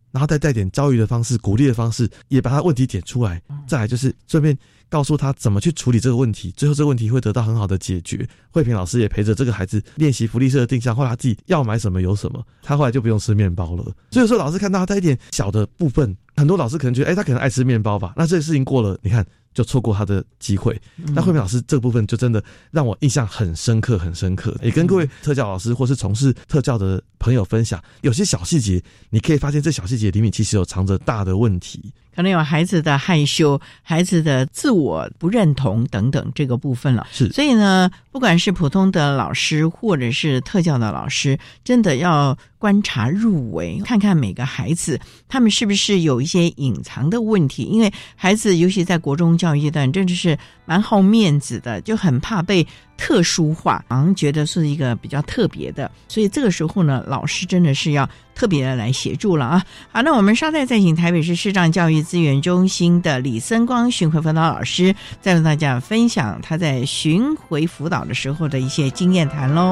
然后再带点教育的方式、鼓励的方式，也把他问题点出来。再来就是顺便告诉他怎么去处理这个问题，最后这个问题会得到很好的解决。慧萍老师也陪着这个孩子练习福利社的定向，后来他自己要买什么有什么，他后来就不用吃面包了。所以有时候老师看到他在一点小的部分，很多老师可能觉得，哎，他可能爱吃面包吧，那这个事情过了，你看就错过他的机会。那慧萍老师这个部分就真的让我印象很深刻，很深刻。也跟各位特教老师或是从事特教的朋友分享，有些小细节，你可以发现这小细节里面其实有藏着大的问题。 可能有孩子的害羞、孩子的自我不认同等等这个部分了。 是， 所以呢，不管是普通的老师或者是特教的老师，真的要观察入微，看看每个孩子他们是不是有一些隐藏的问题。因为孩子尤其在国中教育阶段，真的是蛮好面子的，就很怕被特殊化，好像觉得是一个比较特别的。所以这个时候呢，老师真的是要特别的来协助了啊。好，那我们稍待再请台北市视障教育资源中心的李森光巡回辅导老师，再为大家分享他在巡回辅导的时候的一些经验谈喽。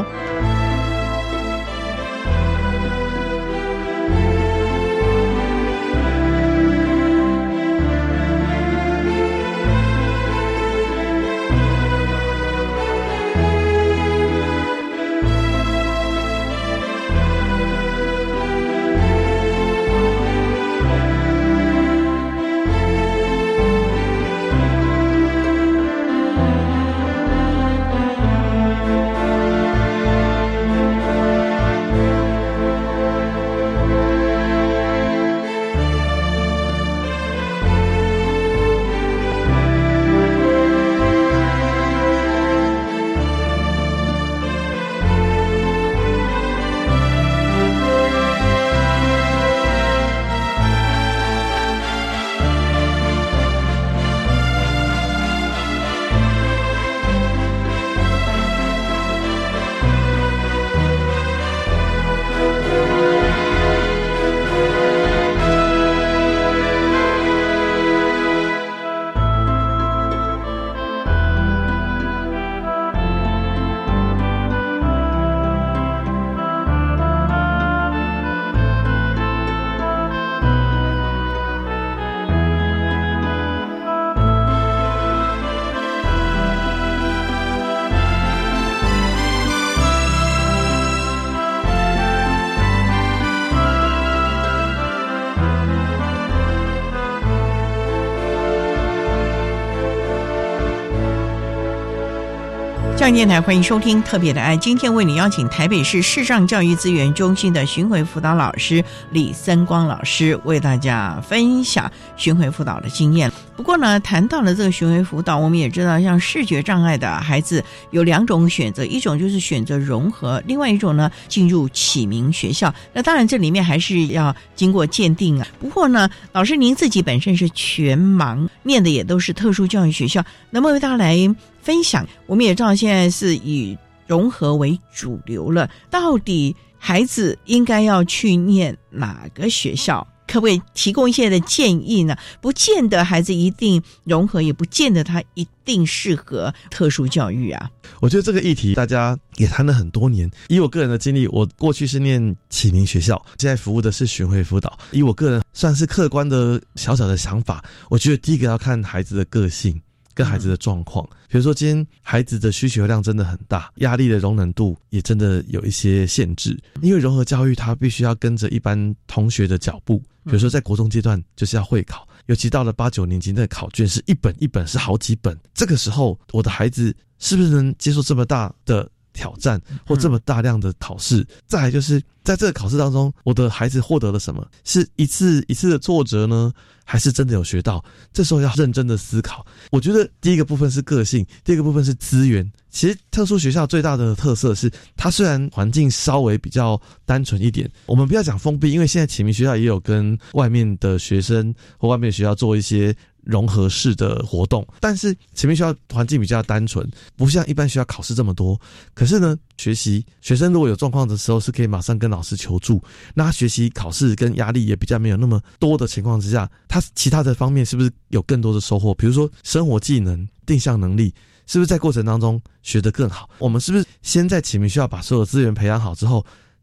教育电台，欢迎收听特别的爱。今天为你邀请台北市视障教育资源中心的巡回辅导老师李森光老师，为大家分享巡回辅导的经验。不过呢，谈到了这个巡回辅导，我们也知道，像视觉障碍的孩子有两种选择，一种就是选择融合，另外一种呢进入启明学校。那当然，这里面还是要经过鉴定啊。不过呢，老师您自己本身是全盲，念的也都是特殊教育学校，能不能为大家来分享？我们也知道现在是以融合为主流了，到底孩子应该要去念哪个学校？可不可以提供一些的建议呢？不见得孩子一定融合，也不见得他一定适合特殊教育啊。 我觉得这个议题大家也谈了很多年。以我个人的经历，我过去是念启明学校，现在服务的是巡回辅导。以我个人算是客观的小小的想法，我觉得第一个要看孩子的个性跟孩子的状况。比如说今天孩子的需求量真的很大，压力的容忍度也真的有一些限制，因为融合教育它必须要跟着一般同学的脚步。比如说在国中阶段就是要会考，尤其到了八九年级的考卷是一本一本是好几本，这个时候我的孩子是不是能接受这么大的挑战或这么大量的考试？再来就是在这个考试当中，我的孩子获得了什么？是一次一次的挫折呢，还是真的有学到？这时候要认真的思考。我觉得第一个部分是个性，第二个部分是资源。其实特殊学校最大的特色是，它虽然环境稍微比较单纯一点，我们不要讲封闭，因为现在启明学校也有跟外面的学生或外面的学校做一些融合式的活动，但是启明学校环境比较单纯，不像一般学校考试这么多。可是呢，学习学生如果有状况的时候是可以马上跟老师求助，那他学习考试跟压力也比较没有那么多的情况之下，他其他的方面是不是有更多的收获？比如说生活技能、定向能力，是不是在过程当中学得更好？我们是不是先在启明学校把所有资源培养好之后，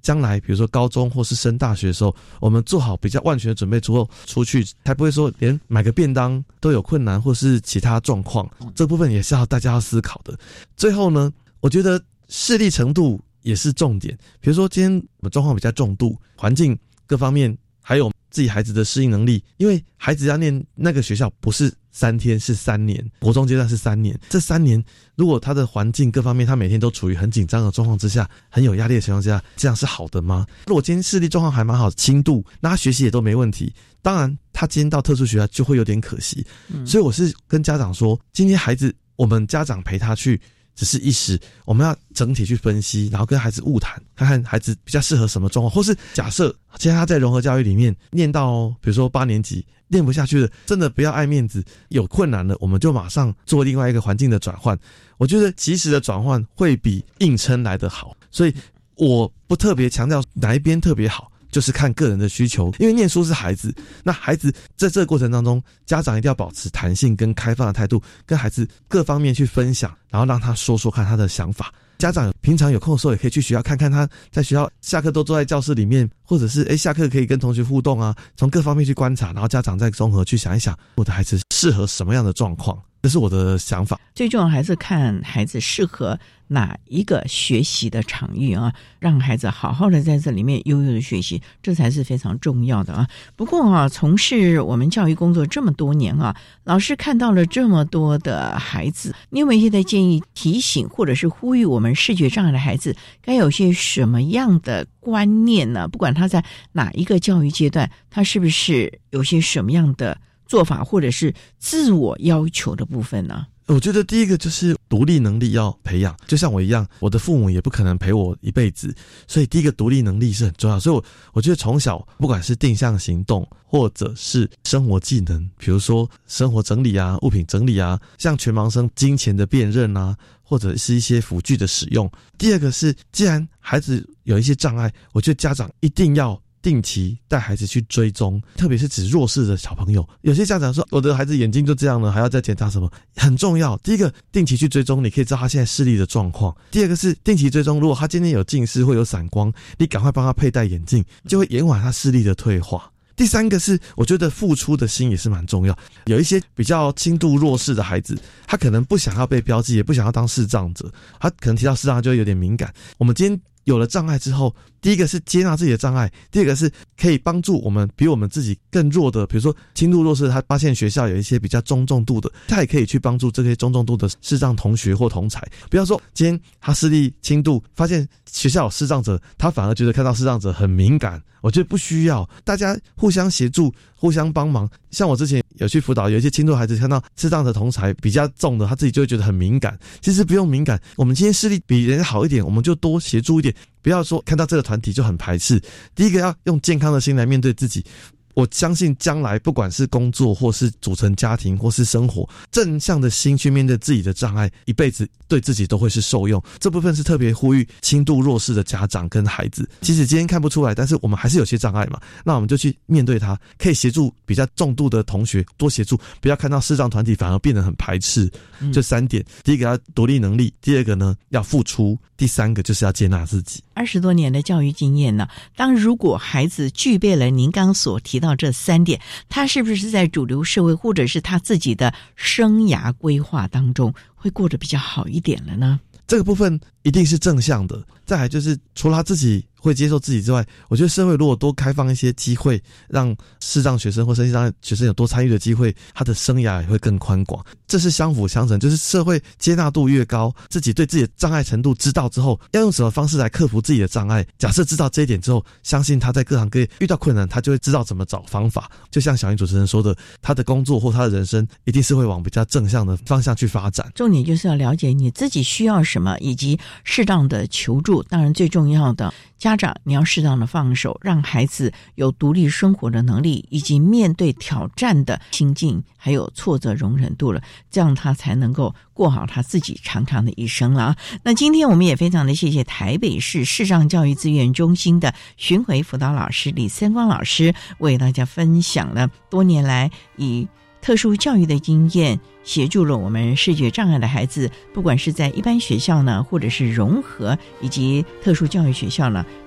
将来比如说高中或是升大学的时候，我们做好比较万全的准备之后出去，才不会说连买个便当都有困难或是其他状况。这部分也是要大家要思考的。最后呢，我觉得视力程度也是重点。比如说今天我们状况比较重度，环境各方面还有自己孩子的适应能力，因为孩子要念那个学校不是三天，是三年，国中阶段是三年。这三年如果他的环境各方面他每天都处于很紧张的状况之下，很有压力的情况之下，这样是好的吗？如果今天视力状况还蛮好，轻度，那他学习也都没问题，当然他今天到特殊学校就会有点可惜。嗯、所以我是跟家长说，今天孩子我们家长陪他去只是一时，我们要整体去分析，然后跟孩子晤谈，看看孩子比较适合什么状况，或是假设今天他在融合教育里面念到比如说八年级念不下去了，真的不要爱面子，有困难了我们就马上做另外一个环境的转换。我觉得及时的转换会比硬撑来得好，所以我不特别强调哪一边特别好，就是看个人的需求。因为念书是孩子，那孩子在这个过程当中，家长一定要保持弹性跟开放的态度，跟孩子各方面去分享，然后让他说说看他的想法。家长平常有空的时候也可以去学校看看他在学校下课都坐在教室里面，或者是诶下课可以跟同学互动啊，从各方面去观察，然后家长再综合去想一想我的孩子适合什么样的状况。这是我的想法。 最重要还是看孩子适合哪一个学习的场域啊，让孩子好好的在这里面悠悠的学习，这才是非常重要的啊。不过啊，从事我们教育工作这么多年啊，老师看到了这么多的孩子，你有没有一些的建议提醒或者是呼吁我们视觉障碍的孩子该有些什么样的观念呢？不管他在哪一个教育阶段，他是不是有些什么样的做法或者是自我要求的部分呢？ 我觉得第一个就是独立能力要培养，就像我一样，我的父母也不可能陪我一辈子，所以第一个独立能力是很重要。所以我我觉得从小不管是定向行动或者是生活技能，比如说生活整理啊，物品整理啊，像全盲生金钱的辨认啊，或者是一些辅具的使用。第二个是既然孩子有一些障碍，我觉得家长一定要定期带孩子去追踪，特别是指弱势的小朋友。有些家长说我的孩子眼睛就这样了，还要再检查什么？很重要。第一个定期去追踪，你可以知道他现在视力的状况。第二个是定期追踪，如果他今天有近视或有散光，你赶快帮他佩戴眼镜，就会延缓他视力的退化。第三个是我觉得付出的心也是蛮重要。有一些比较轻度弱势的孩子，他可能不想要被标记，也不想要当视障者，他可能提到视障就会有点敏感。我们今天有了障碍之后，第一个是接纳自己的障碍，第二个是可以帮助我们比我们自己更弱的，比如说轻度弱势，他发现学校有一些比较中重度的，他也可以去帮助这些中重度的视障同学或同侪。不要说今天他视力轻度，发现学校有视障者，他反而觉得看到视障者很敏感。我觉得不需要，大家互相协助，互相帮忙。像我之前有去辅导，有一些轻度孩子看到视障的同侪比较重的，他自己就会觉得很敏感。其实不用敏感，我们今天视力比人家好一点，我们就多协助一点，不要说看到这个团体就很排斥。第一个要用健康的心来面对自己。我相信将来不管是工作或是组成家庭或是生活，正向的心去面对自己的障碍，一辈子对自己都会是受用。这部分是特别呼吁轻度弱势的家长跟孩子，即使今天看不出来，但是我们还是有些障碍嘛，那我们就去面对它，可以协助比较重度的同学多协助，不要看到视障团体反而变得很排斥。这三点，第一个要独立能力，第二个呢要付出，第三个就是要接纳自己。 二十多年的教育经验呢，当如果孩子具备了您刚所提到这三点，他是不是在主流社会或者是他自己的生涯规划当中会过得比较好一点了呢？ 这个部分一定是正向的。再来就是除了他自己会接受自己之外，我觉得社会如果多开放一些机会，让视障学生或身心障碍学生有多参与的机会，他的生涯也会更宽广。这是相辅相成，就是社会接纳度越高，自己对自己的障碍程度知道之后，要用什么方式来克服自己的障碍，假设知道这一点之后，相信他在各行各业遇到困难，他就会知道怎么找方法。就像小英主持人说的，他的工作或他的人生一定是会往比较正向的方向去发展。 重点就是要了解你自己需要什么，以及适当的求助。当然最重要的，家长你要适当的放手，让孩子有独立生活的能力，以及面对挑战的心境，还有挫折容忍度了，这样他才能够过好他自己长长的一生了。那今天我们也非常的谢谢台北市视障教育资源中心的巡回辅导老师李三光老师，为大家分享了多年来以特殊教育的经验，协助了我们视觉障碍的孩子，不管是在一般学校呢，或者是融合以及特殊教育学校呢，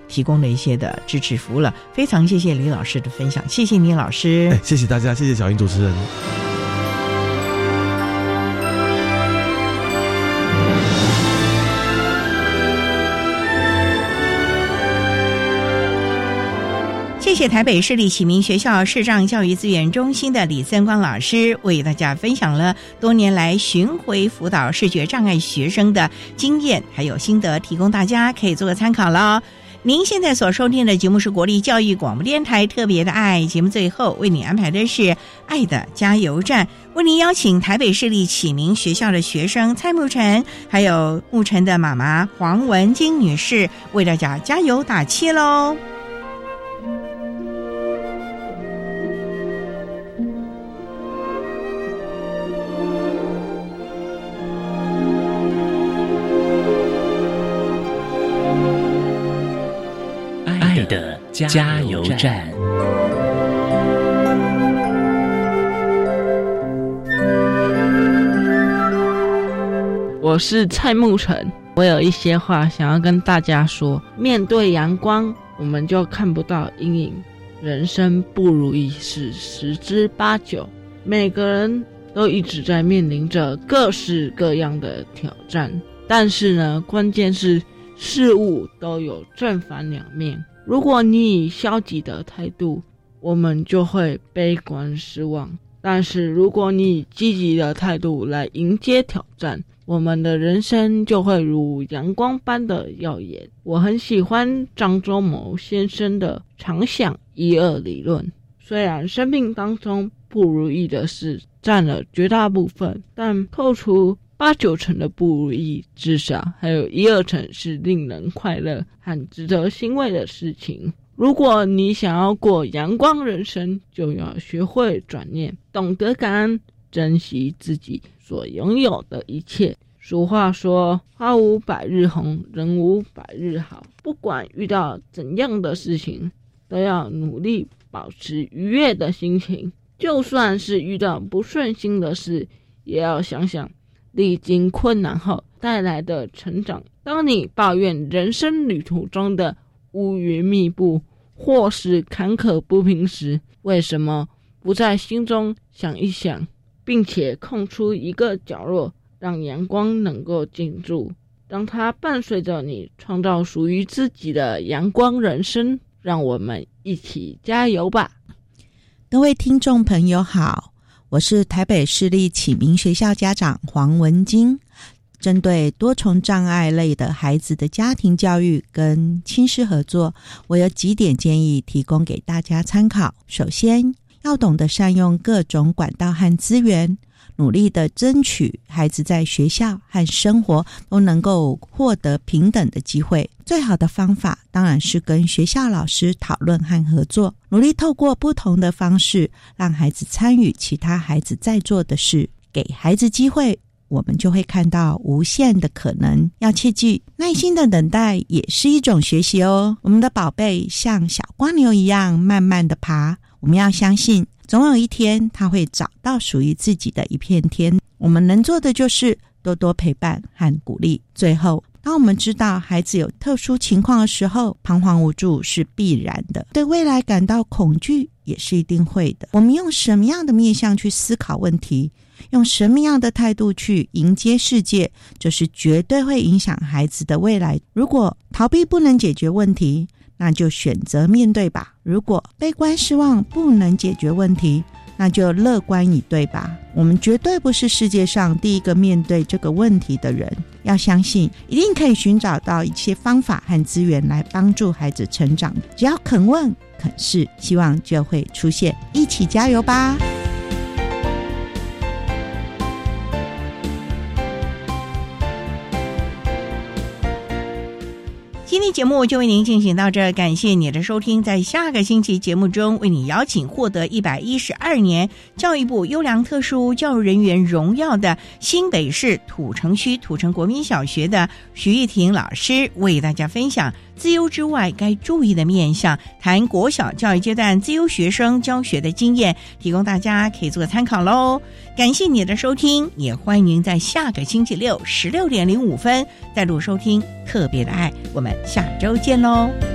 提供了一些的支持服务了。非常谢谢李老师的分享，谢谢你老师。 哎，谢谢大家，谢谢小英主持人。 谢谢台北市立启明学校视障教育资源中心的李森光老师为大家分享了多年来巡回辅导视觉障碍学生的经验还有心得，提供大家可以做个参考了。您现在所收听的节目是国立教育广播电台特别的爱节目，最后为你安排的是爱的加油站，为您邀请台北市立启明学校的学生蔡慕辰还有慕辰的妈妈黄文晶女士为大家加油打气咯。 的加油站。 我是蔡慕辰，我有一些话想要跟大家说。面对阳光，我们就看不到阴影。人生不如意事十之八九，每个人都一直在面临着各式各样的挑战，但是呢，关键是事物都有正反两面。如果你以消极的态度，我们就会悲观失望，但是如果你以积极的态度来迎接挑战，我们的人生就会如阳光般的耀眼。我很喜欢张忠谋先生的常想一二理论，虽然生命当中不如意的事占了绝大部分，但扣除八九成的不如意，至少还有一二成是令人快乐和值得欣慰的事情。如果你想要过阳光人生，就要学会转念，懂得感恩，珍惜自己所拥有的一切。俗话说，花无百日红，人无百日好。不管遇到怎样的事情，都要努力保持愉悦的心情，就算是遇到不顺心的事，也要想想历经困难后带来的成长。当你抱怨人生旅途中的乌云密布或是坎坷不平时，为什么不在心中想一想，并且空出一个角落，让阳光能够进驻，让它伴随着你创造属于自己的阳光人生。让我们一起加油吧。 各位听众朋友好，我是台北市立启明学校家长黄文晶。针对多重障碍类的孩子的家庭教育跟亲师合作，我有几点建议提供给大家参考。首先，要懂得善用各种管道和资源，努力的争取孩子在学校和生活都能够获得平等的机会。最好的方法当然是跟学校老师讨论和合作，努力透过不同的方式让孩子参与其他孩子在做的事，给孩子机会，我们就会看到无限的可能。要切记，耐心的等待也是一种学习哦。我们的宝贝像小蜗牛一样慢慢的爬，我们要相信总有一天他会找到属于自己的一片天。我们能做的就是多多陪伴和鼓励。最后，当我们知道孩子有特殊情况的时候，彷徨无助是必然的，对未来感到恐惧也是一定会的。我们用什么样的面向去思考问题，用什么样的态度去迎接世界，就是绝对会影响孩子的未来。如果逃避不能解决问题，那就选择面对吧。如果悲观失望不能解决问题，那就乐观以对吧。我们绝对不是世界上第一个面对这个问题的人，要相信一定可以寻找到一些方法和资源来帮助孩子成长。只要肯问肯试，希望就会出现。一起加油吧。 今天节目就为您进行到这，感谢你的收听。在下个星期节目中，为你邀请获得一百一十二年教育部优良特殊教育人员荣耀的新北市土城区土城国民小学的徐玉婷老师，为大家分享自优之外该注意的面向，谈国小教育阶段自优学生教学的经验，提供大家可以做个参考咯。感谢你的收听，也欢迎您在下个星期六十六点零五分再度收听特别的爱，我们下周见咯。